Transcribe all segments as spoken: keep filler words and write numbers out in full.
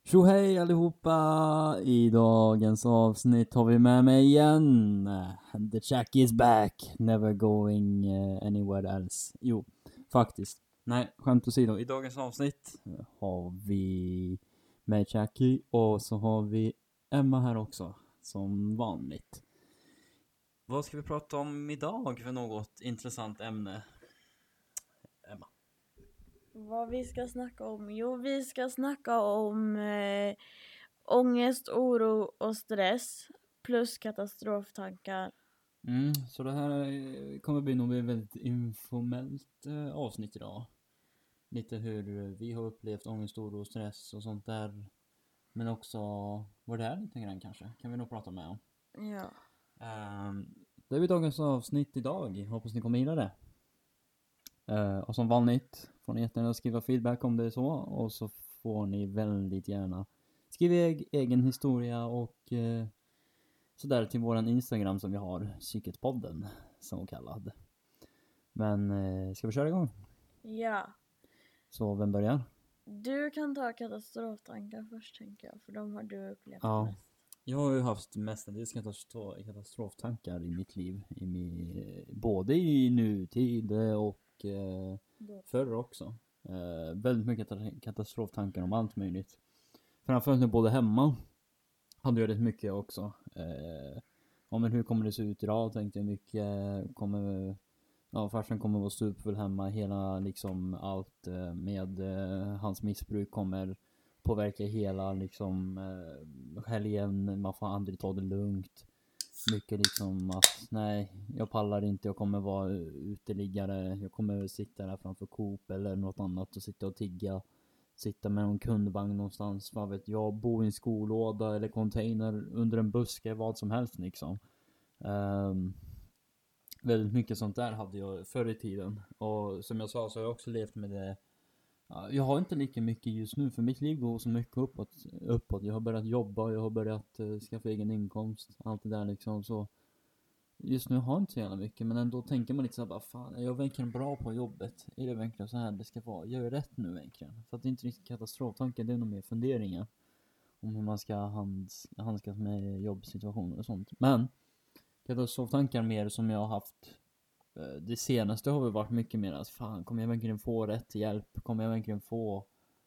Tjo hej allihopa! I dagens avsnitt har vi med mig igen. The Jack is back. Never going uh, anywhere else. Jo, faktiskt. Nej, skämt åsido. I dagens avsnitt har vi med Jackie och så har vi Emma här också. Som vanligt. Vad ska vi prata om idag för något intressant ämne? Emma. Vad vi ska snacka om? Jo, vi ska snacka om eh, ångest, oro och stress plus katastroftankar. Mm, så det här eh, kommer bli nog ett väldigt informellt eh, avsnitt idag. Lite hur vi har upplevt ångest, oro och stress och sånt där. Men också vad det är lite grann kanske. Kan vi nog prata med om. Ja. Um, det är vi dagens avsnitt idag. Hoppas ni kommer gilla det. Uh, och som vanligt får ni jättegärna skriva feedback om det är så. Och så får ni väldigt gärna skriva eg- egen historia och uh, sådär till våran Instagram som vi har. Psyketpodden som kallad. Men uh, ska vi köra igång? Ja. Så vem börjar? Du kan ta katastroftankar först, tänker jag. För de har du upplevt Ja. mest. Jag har ju haft mestadels katastrof, katastroftankar i mitt liv. I min, både i nutid och eh, förr också. Eh, väldigt mycket katastroftankar om allt möjligt. Framförallt nu både hemma hade jag rätt mycket också. Eh, ja, men hur kommer det se ut idag tänkte jag mycket. Kommer, ja, farsan kommer vara superfull hemma. Hela liksom allt eh, med eh, hans missbruk kommer påverka hela liksom eh, helgen. Man får aldrig ta det lugnt. Mycket liksom att nej, jag pallar inte. Jag kommer vara uteliggare. Jag kommer sitta där framför Coop eller något annat och sitta och tigga. Sitta med någon kundvagn någonstans. Vad vet jag. Bo i en skolåda eller container under en buske. Vad som helst liksom. Um, väldigt mycket sånt där hade jag förr i tiden. Och som jag sa så har jag också levt med det. Jag har inte lika mycket just nu för mitt liv går så mycket uppåt, uppåt. Jag har börjat jobba, jag har börjat uh, skaffa egen inkomst, allt det där liksom. Så just nu har jag inte så jävla mycket, men ändå tänker man lite så här, bara, fan, är jag verkligen bra på jobbet? Är det verkligen så här det ska vara? Gör jag rätt nu verkligen? För att det är inte riktigt katastroftankar, det är nog mer funderingar om hur man ska hands, handskas med jobbsituationer och sånt. Men katastroftankar mer som jag har haft det senaste har väl varit mycket mer att fan, kommer jag verkligen få rätt hjälp? Kommer jag verkligen få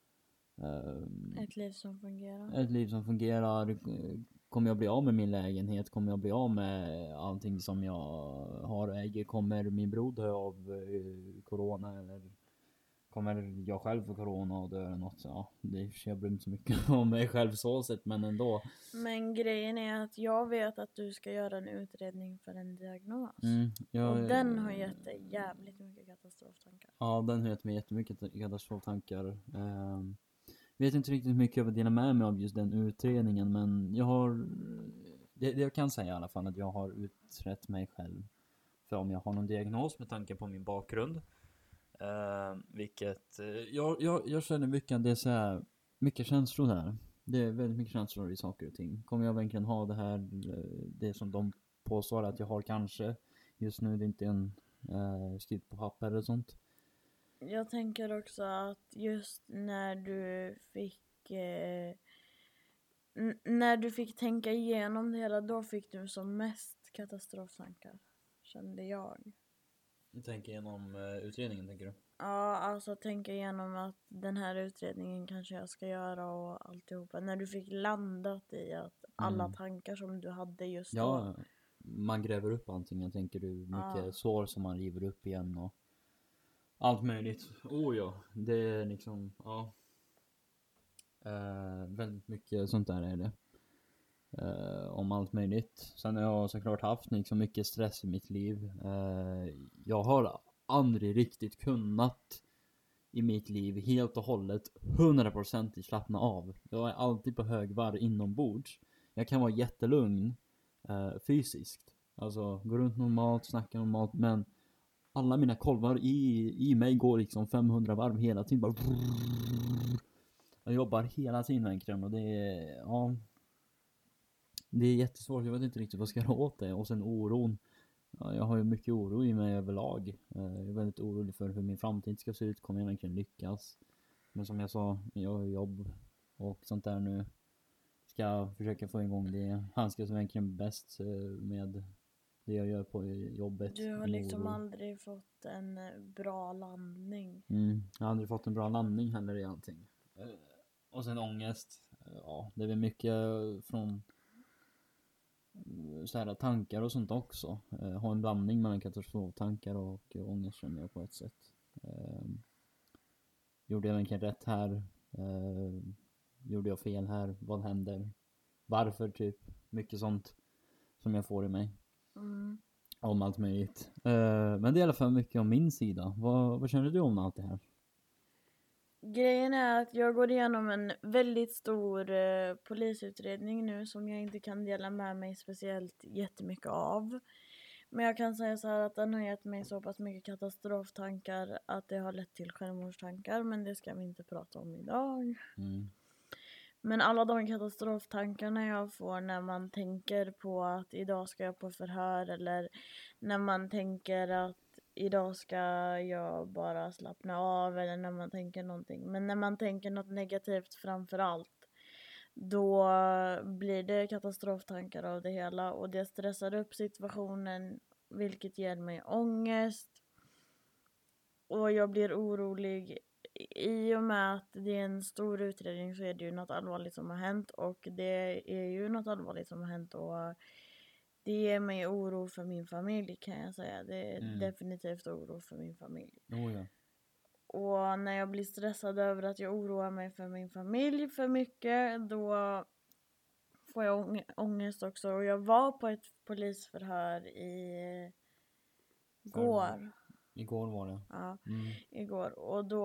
um, Ett liv som fungerar. ett liv som fungerar? Kommer jag bli av med min lägenhet? Kommer jag bli av med allting som jag har äger? Kommer min bror dö av uh, corona? Eller kommer jag själv få corona och dö eller något? Ja, det är jag bryr mig inte så mycket om mig själv så sett, men ändå. Men grejen är att jag vet att du ska göra en utredning för en diagnos. Mm, jag, och den har gett dig jävligt mycket katastroftankar. Ja, den har gett mig jättemycket katastroftankar. Um, vet inte riktigt hur mycket jag vill dela med mig av just den utredningen, men jag har det, det jag kan säga i alla fall att jag har utrett mig själv för om jag har någon diagnos med tanke på min bakgrund. Uh, vilket uh, jag, jag, jag känner mycket att det är så här, mycket känslor här. Det är väldigt mycket känslor i saker och ting. Kommer jag verkligen ha det här, det som de påstår att jag har kanske. Just nu är det inte en uh, skrift på papper eller sånt. Jag tänker också att just när du fick eh, n- när du fick tänka igenom det hela, då fick du som mest katastroftankar, kände jag. Du tänker igenom uh, utredningen, tänker du? Ja, alltså tänka igenom att den här utredningen kanske jag ska göra och alltihopa. När du fick landat i att alla Mm. tankar som du hade just Ja, då. man gräver upp allting. Jag tänker du mycket Ja. sår som man river upp igen och allt möjligt. Oh ja, det är liksom, ja. Uh, väldigt mycket sånt där är det. Uh, om allt möjligt. Sen har jag såklart haft liksom mycket stress i mitt liv. Uh, jag har aldrig riktigt kunnat i mitt liv helt och hållet hundra procent slappna av. Jag är alltid på högvarv inombords. Jag kan vara jättelugn uh, fysiskt. Alltså gå runt normalt, snacka normalt, men alla mina kolvar i, i mig går liksom femhundra varv hela tiden. Bara jag jobbar hela tiden verkligen och det är, ja, det är jättesvårt. Jag vet inte riktigt vad jag ska göra åt det. Och sen oron. Ja, jag har ju mycket oro i mig överlag. Jag är väldigt orolig för hur min framtid ska se ut. Kommer jag verkligen lyckas? Men som jag sa, jag har jobb och sånt där nu. Ska försöka få igång det. Handskas verkligen bäst eh, med det jag gör på jobbet. Du har med liksom oro. aldrig fått en eh, bra landning. Mm, jag har aldrig fått en bra landning heller i allting. Eh, och sen ångest. Eh, ja, det är väl mycket från eh, så här tankar och sånt också. Eh, ha en blandning mellan katastroftankar och eh, ångestkänningar på ett sätt. Eh, gjorde jag verkligen rätt här? Eh, gjorde jag fel här? Vad händer? Varför typ? Mycket sånt som jag får i mig. Mm. Om allt möjligt. Eh, men det är i alla fall mycket om min sida. Vad, vad känner du om allt det här? Grejen är att jag går igenom en väldigt stor eh, polisutredning nu som jag inte kan dela med mig speciellt jättemycket av. Men jag kan säga så här att den har gett mig så pass mycket katastroftankar att det har lett till självmordstankar, men det ska vi inte prata om idag. Mm. Men alla de katastroftankarna jag får när man tänker på att idag ska jag på förhör, eller när man tänker att idag ska jag bara slappna av, eller när man tänker någonting. Men när man tänker något negativt framför allt, då blir det katastroftankar av det hela, och det stressar upp situationen, vilket ger mig ångest. Och jag blir orolig. I och med att det är en stor utredning så är det ju något allvarligt som har hänt, och det är ju något allvarligt som har hänt, och det ger mig oro för min familj, kan jag säga. Det är Mm. definitivt oro för min familj. Oh, ja. Och när jag blir stressad över att jag oroar mig för min familj för mycket, då får jag ång- ångest också. Och jag var på ett polisförhör i går. Igår var det. Ja, Mm. igår. Och då,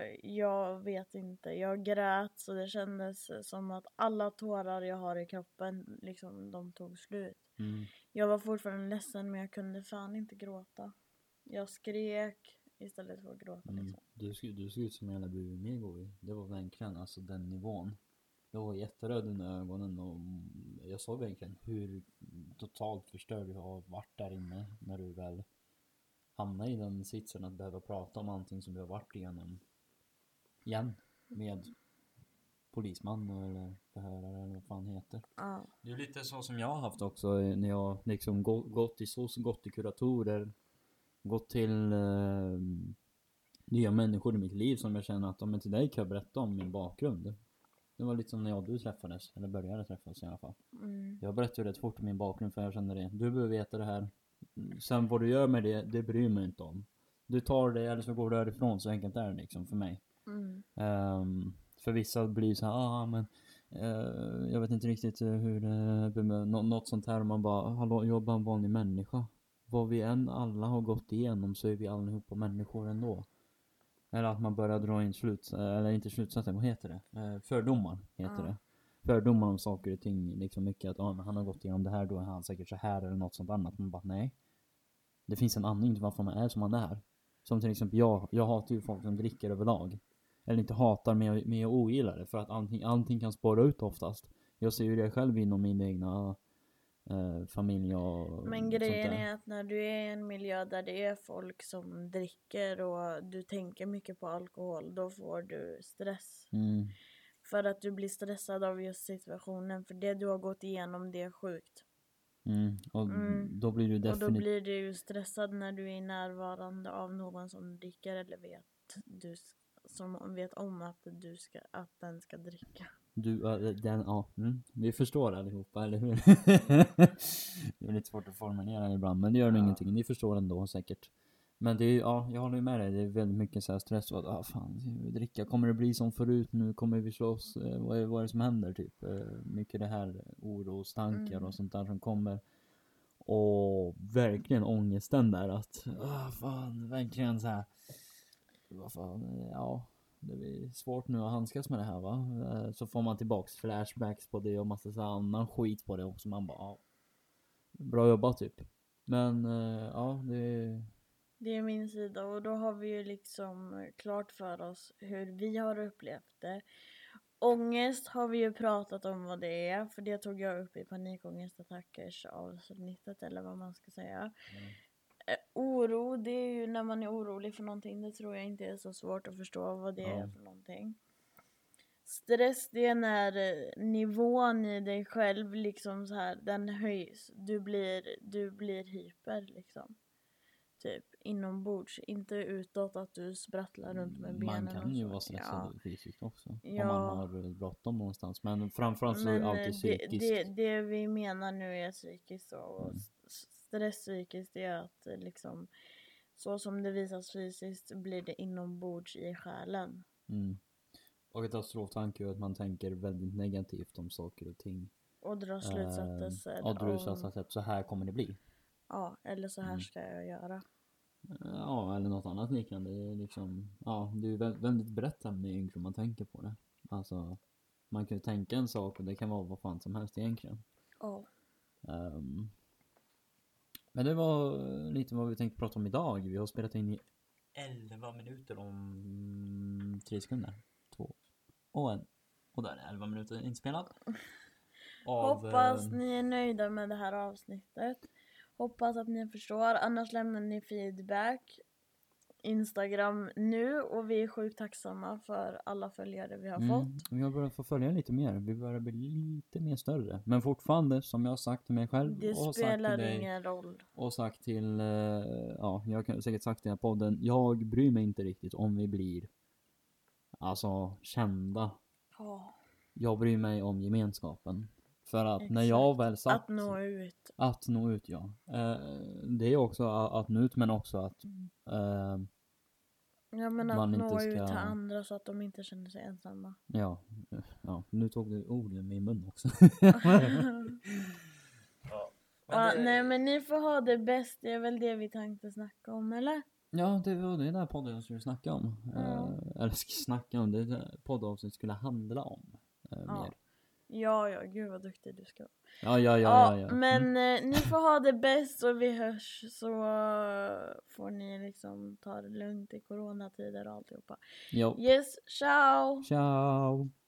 jag vet inte, jag grät så det kändes som att alla tårar jag har i kroppen, liksom, de tog slut. Mm. Jag var fortfarande ledsen, men jag kunde fan inte gråta. Jag skrek istället för att gråta. Mm. Liksom. Du, såg- du såg ut som en jävla bume igår. Det var verkligen alltså den nivån. Jag var jätteröd under ögonen och jag såg verkligen hur totalt förstörd jag har varit där inne när du väl hamnar i den sitsen att behöva prata om allting som du har varit igenom igen med polisman eller förhörare eller vad fan heter. Ja. Det är lite så som jag har haft också när jag liksom gå, gått i så gått i kuratorer, gått till eh, nya människor i mitt liv som jag känner att om till dig kan jag berätta om min bakgrund. Det var lite som när jag och du träffades, eller började träffas i alla fall. Mm. Jag berättade rätt fort om min bakgrund för jag kände det. Du behöver veta det här. Sen vad du gör med det, det bryr mig inte om. Du tar det eller så går du därifrån, så enkelt är det liksom för mig. Mm. Um, för vissa blir så här, ah men uh, jag vet inte riktigt hur uh, bemö- nå- något sånt här, och man bara, hallå, jag är bara en vanlig människa. Vad vi än alla har gått igenom så är vi allihopa människor ändå. Eller att man börjar dra in sluts, eller inte slutsatser, vad heter det? Uh, fördomar heter Ja. det. Fördomar om saker och ting, liksom mycket att ah, men han har gått igenom det här, då är han säkert så här eller något sånt annat. Man bara, nej. Det finns en anledning till varför man är som man är. Som till exempel jag, jag hatar ju folk som dricker överlag. Eller inte hatar, men jag, men jag ogillar det. För att allting, allting kan spåra ut oftast. Jag ser ju det själv inom min egna eh, familj och Men sånt grejen där. är att när du är i en miljö där det är folk som dricker och du tänker mycket på alkohol, då får du stress. Mm, För att du blir stressad av just situationen, för det du har gått igenom, det är sjukt. mm, och Mm. då blir du Och då definitivt... blir du ju stressad när du är närvarande av någon som dricker eller vet du s- som vet om att du ska att den ska dricka. Du, äh, den, ja, mm, vi förstår allihopa, eller hur? Det är lite svårt att formulera ibland, men det gör nog Ja. ingenting. Ni förstår ändå säkert. Men det är, ja, jag håller med dig. Det är väldigt mycket så här stress och att, ah fan, vi dricka, kommer det bli som förut nu? Kommer vi slåss? Eh, vad, är, vad är det som händer typ? Eh, mycket det här orostankar Mm. och sånt där som kommer. Och verkligen ångesten där att, ah fan, verkligen så här. Vad fan, eh, ja. Det blir svårt nu att handskas med det här, va? Eh, Så får man tillbaks flashbacks på det och massa så här annan skit på det också. Man bara, ja. Bra jobbat typ. Men eh, ja, det... Det är min sida, och då har vi ju liksom klart för oss hur vi har upplevt det. Ångest har vi ju pratat om vad det är, för det tog jag upp i panikångestattackers avsnittet, eller vad man ska säga. Mm. Eh, oro, det är ju när man är orolig för någonting. Det tror jag inte är så svårt att förstå vad det Ja. är för någonting. stress det är när eh, nivån i dig själv liksom så här, den höjs. Du blir, du blir hyper liksom. Typ inombords, inte utåt att du sprattlar runt med benen. Man kan och ju så. vara stressad Ja. fysiskt också. Ja. Om man har bråttom någonstans. Men framförallt så Men är det eh, alltid det, psykiskt. det, det vi menar nu är psykiskt och Mm. s- stress psykiskt är att eh, liksom så som det visas fysiskt blir det inombords i själen. Mm. Och ett katastroftanke är att man tänker väldigt negativt om saker och ting. Och drar slutsatser. Eh, och drar om- slutsatser att så här kommer det bli. Ja, eller så här Mm. ska jag göra. Ja, eller något annat liknande. Det är liksom, ja, det är ju vä- väldigt brett ämne egentligen om man tänker på det. Alltså, man kan ju tänka en sak och det kan vara vad fan som helst egentligen. Ja. Um, men det var lite vad vi tänkte prata om idag. Vi har spelat in i elva minuter om tre sekunder. Två och en. Och där är elva minuter inspelat. Av, Hoppas eh, ni är nöjda med det här avsnittet. Hoppas att ni förstår. Annars lämnar ni feedback. Instagram nu. Och vi är sjukt tacksamma för alla följare vi har mm, fått. vi har börjat få följa lite mer. Vi börjar bli lite mer större. Men fortfarande, som jag har sagt till mig själv. Det och sagt spelar till dig, ingen roll. och sagt till, eh, ja, jag har säkert sagt i den här podden. Jag bryr mig inte riktigt om vi blir, alltså, kända. Ja. Jag bryr mig om gemenskapen. För att Exakt. när jag väl sagt Att nå ut. att nå ut, ja. Eh, det är också att, att nå ut, men också att eh, Ja, men att man nå inte ut ska- till andra så att de inte känner sig ensamma. ja, ja, nu tog du orden i min mun också. Ja, nej, men ni får ha det bäst. Det är väl det vi tänkte snacka om, eller? Ja, det var det den här podden jag skulle snacka om. Ja. Eh, eller ska snacka om, det där poddavsnitt skulle handla om. Eh, Ja. mer. Ja, ja, gud vad duktig du ska vara. Ja, ja, ja, Ja, ja, ja. men Mm. eh, ni får ha det bäst och vi hörs, så eh, får ni liksom ta det lugnt i coronatider och alltihopa. Jo. Yes, ciao! Ciao.